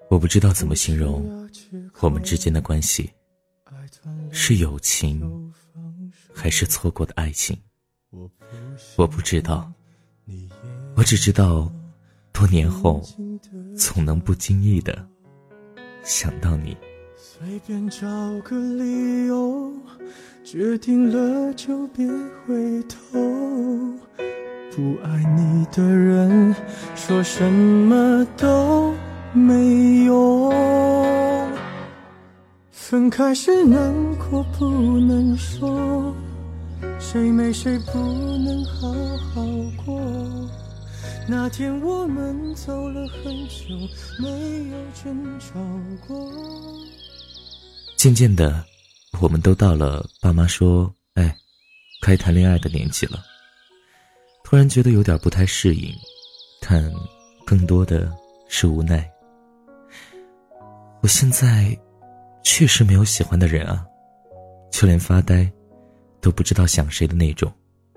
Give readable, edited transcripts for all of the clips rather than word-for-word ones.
我不知道怎么形容我们之间的关系，是友情还是错过的爱情，我不知道。我只知道多年后总能不经意地想到你。 随便找个理由，决定了就别回头，不爱你的人说什么都没用，分开时难过不能说，谁没谁不能好好过，那天我们走了很久，没有争吵过。 渐渐的，我们都到了爸妈说该谈恋爱的年纪了。突然觉得有点不太适应，但更多的是无奈。我现在确实没有喜欢的人啊，就连发呆都不知道想谁的那种。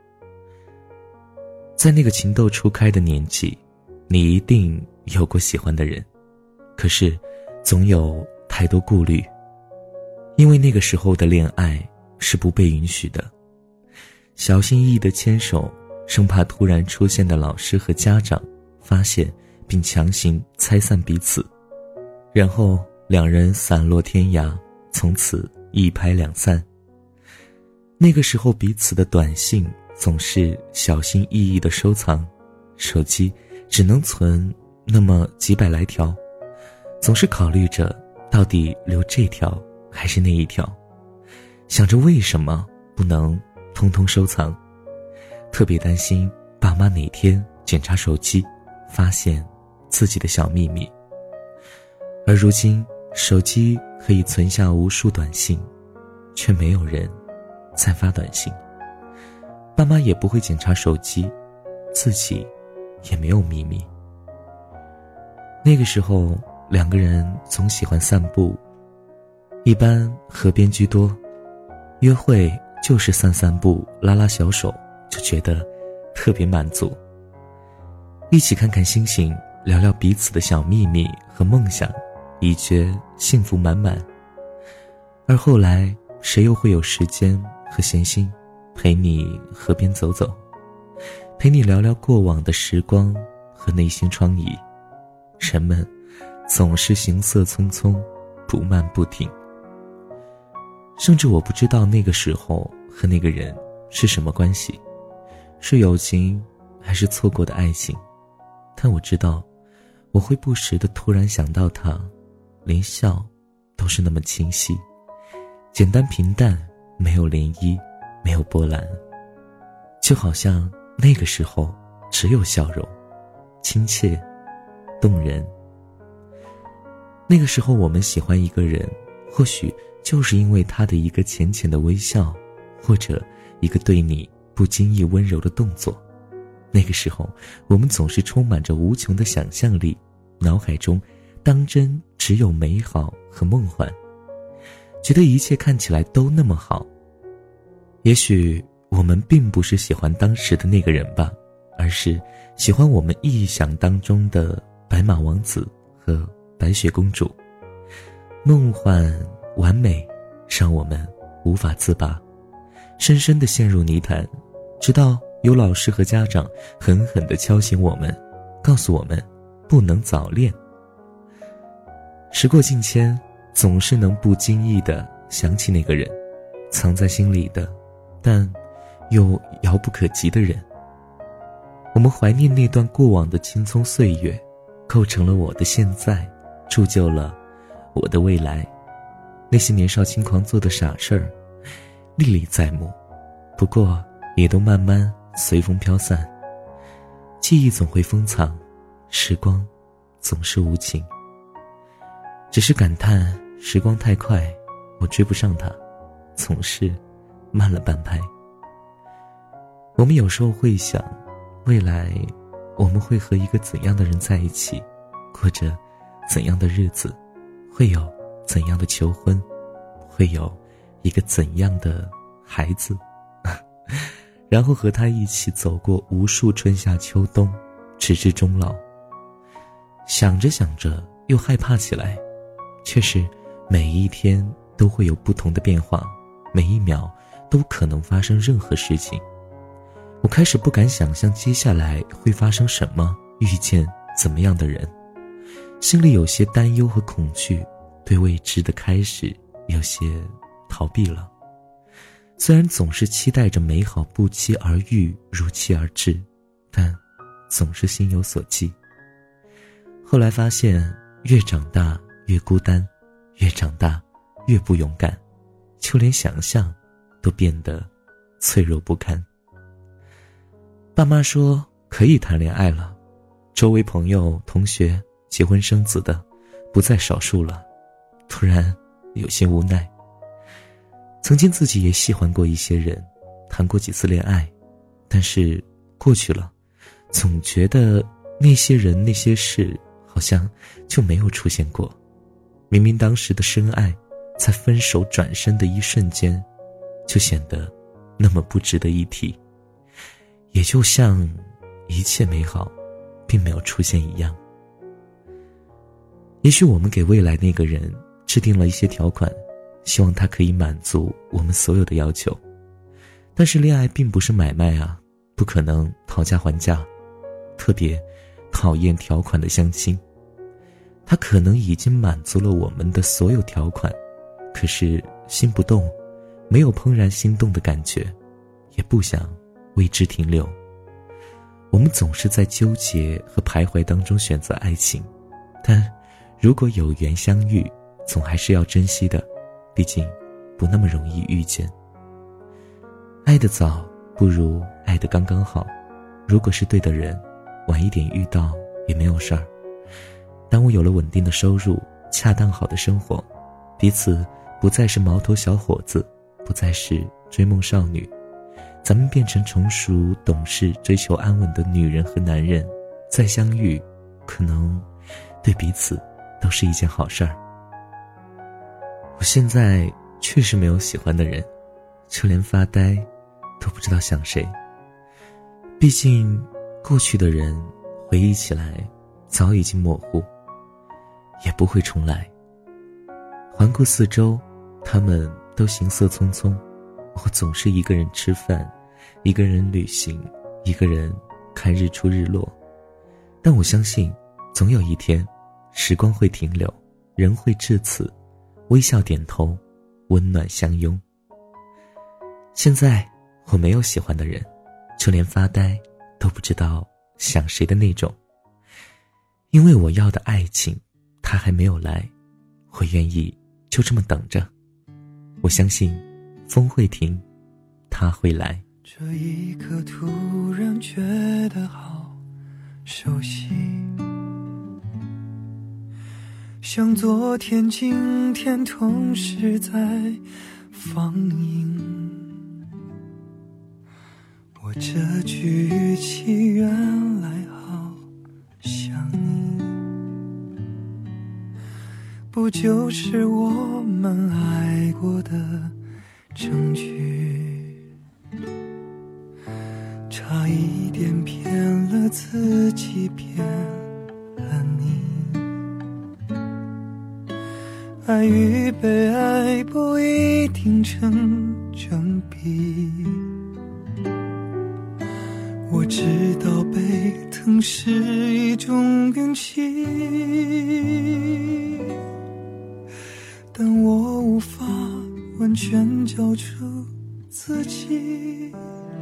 在那个情窦初开的年纪，你一定有过喜欢的人，可是总有太多顾虑，因为那个时候的恋爱是不被允许的，小心翼翼的牵手，生怕突然出现的老师和家长发现并强行拆散彼此，然后两人散落天涯，从此一拍两散。那个时候彼此的短信总是小心翼翼的收藏，手机只能存那么几百来条，总是考虑着到底留这条还是那一条，想着为什么不能通通收藏，特别担心爸妈哪天检查手机发现自己的小秘密。而如今手机可以存下无数短信，却没有人再发短信，爸妈也不会检查手机，自己也没有秘密。那个时候两个人总喜欢散步，一般河边居多，约会就是散散步拉拉小手，就觉得特别满足。一起看看星星，聊聊彼此的小秘密和梦想，已觉幸福满满。而后来谁又会有时间和闲心陪你河边走走，陪你聊聊过往的时光和内心疮痍。人们总是行色匆匆，不慢不停。甚至我不知道那个时候和那个人是什么关系，是友情还是错过的爱情，但我知道我会不时地突然想到他，连笑都是那么清晰，简单平淡，没有涟漪，没有波澜，就好像那个时候只有笑容，亲切动人。那个时候我们喜欢一个人，或许就是因为他的一个浅浅的微笑，或者一个对你不经意温柔的动作。那个时候我们总是充满着无穷的想象力，脑海中当真只有美好和梦幻，觉得一切看起来都那么好。也许我们并不是喜欢当时的那个人吧，而是喜欢我们臆想当中的白马王子和白雪公主，梦幻完美让我们无法自拔，深深地陷入泥潭，直到有老师和家长狠狠地敲醒我们，告诉我们不能早恋。时过境迁，总是能不经意地想起那个人，藏在心里的但又遥不可及的人。我们怀念那段过往的青葱岁月，构成了我的现在，铸就了我的未来。那些年少轻狂做的傻事儿历历在目，不过也都慢慢随风飘散。记忆总会封藏，时光总是无情，只是感叹时光太快，我追不上它，总是慢了半拍。我们有时候会想，未来我们会和一个怎样的人在一起，过着怎样的日子，会有怎样的求婚，会有一个怎样的孩子然后和他一起走过无数春夏秋冬，直至终老。想着想着又害怕起来。确实，每一天都会有不同的变化，每一秒都可能发生任何事情。我开始不敢想象接下来会发生什么，遇见怎么样的人，心里有些担忧和恐惧，对未知的开始有些逃避了。虽然总是期待着美好不期而遇，如期而至，但总是心有所悸。后来发现，越长大越孤单，越长大越不勇敢，就连想象都变得脆弱不堪。爸妈说可以谈恋爱了，周围朋友同学结婚生子的不在少数了，突然有些无奈。曾经自己也喜欢过一些人，谈过几次恋爱，但是过去了，总觉得那些人那些事好像就没有出现过。明明当时的深爱，在分手转身的一瞬间，就显得那么不值得一提，也就像一切美好并没有出现一样。也许我们给未来那个人制定了一些条款，希望他可以满足我们所有的要求，但是恋爱并不是买卖啊，不可能讨价还价。特别讨厌条款的相亲，他可能已经满足了我们的所有条款，可是心不动，没有怦然心动的感觉，也不想为之停留。我们总是在纠结和徘徊当中选择爱情，但如果有缘相遇，总还是要珍惜的，毕竟不那么容易遇见。爱得早不如爱得刚刚好，如果是对的人，晚一点遇到也没有事儿。当我有了稳定的收入，恰当好的生活，彼此不再是毛头小伙子，不再是追梦少女，咱们变成成熟懂事追求安稳的女人和男人，再相遇可能对彼此都是一件好事儿。我现在确实没有喜欢的人，就连发呆都不知道想谁。毕竟过去的人回忆起来早已经模糊，也不会重来。环顾四周，他们都行色匆匆，我总是一个人吃饭，一个人旅行，一个人看日出日落。但我相信总有一天，时光会停留，人会至此，微笑点头，温暖相拥。现在我没有喜欢的人，就连发呆都不知道想谁的那种。因为我要的爱情他还没有来，我愿意就这么等着。我相信风会停，他会来。 这一刻突然觉得好熟悉，像昨天今天同时在放映。我这句语气原来好像你，不就是我们爱过的证据？差一点骗了自己，骗了你。爱与被爱不一定成正比，我知道被疼是一种运气，但我无法完全交出自己。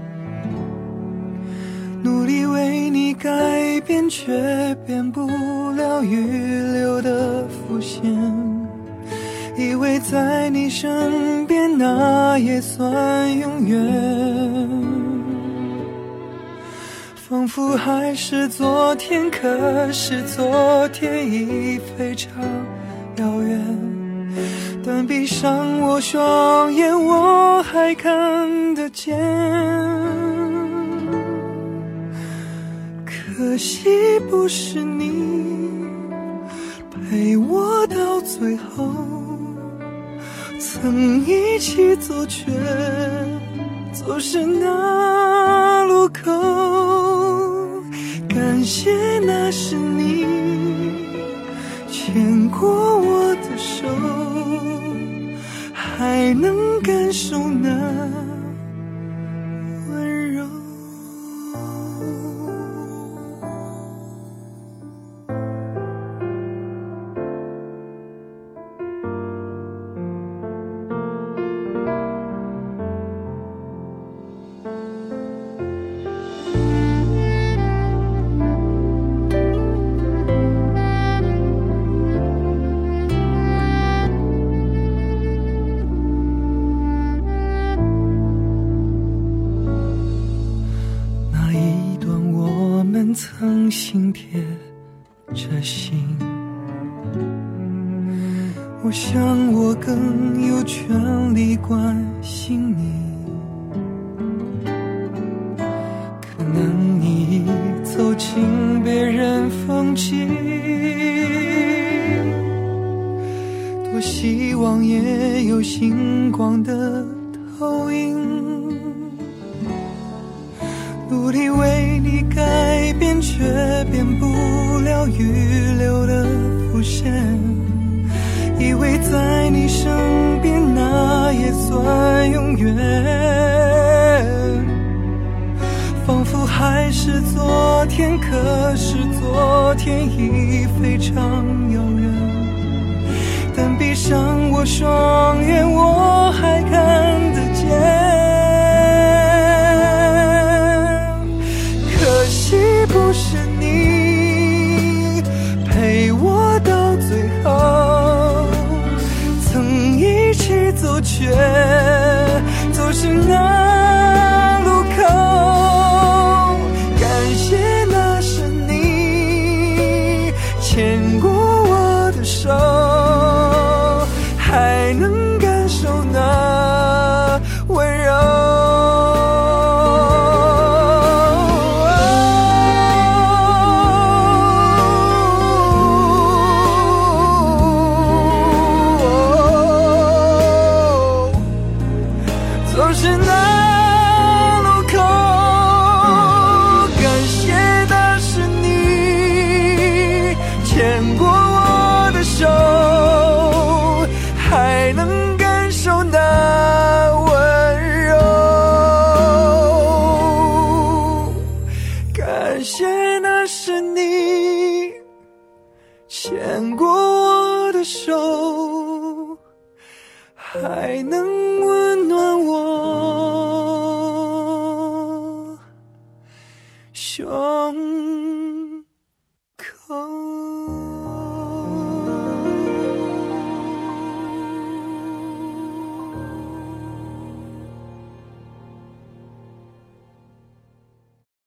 努力为你改变，却变不了预留的伏线，以为在你身边那也算永远，仿佛还是昨天，可是昨天已非常遥远。但闭上我双眼，我还看得见。可惜不是你陪我到最后，曾一起走却走失那路口。感谢那是你牵过我的手，还能感受那温柔。曾心贴着心，我想我更有权利关心你，可能你走进别人风景，多希望也有星光的投影，努力为你改变，却变不了预留的伏线，以为在你身边那也算永远，仿佛还是昨天，可是昨天已非常遥远，但闭上我双眼，我还看得见。不是你陪我到最后，曾一起走却走失那路口，感谢那是你牵过我的手，还能感受那温柔。牵过我的手，还能温暖我胸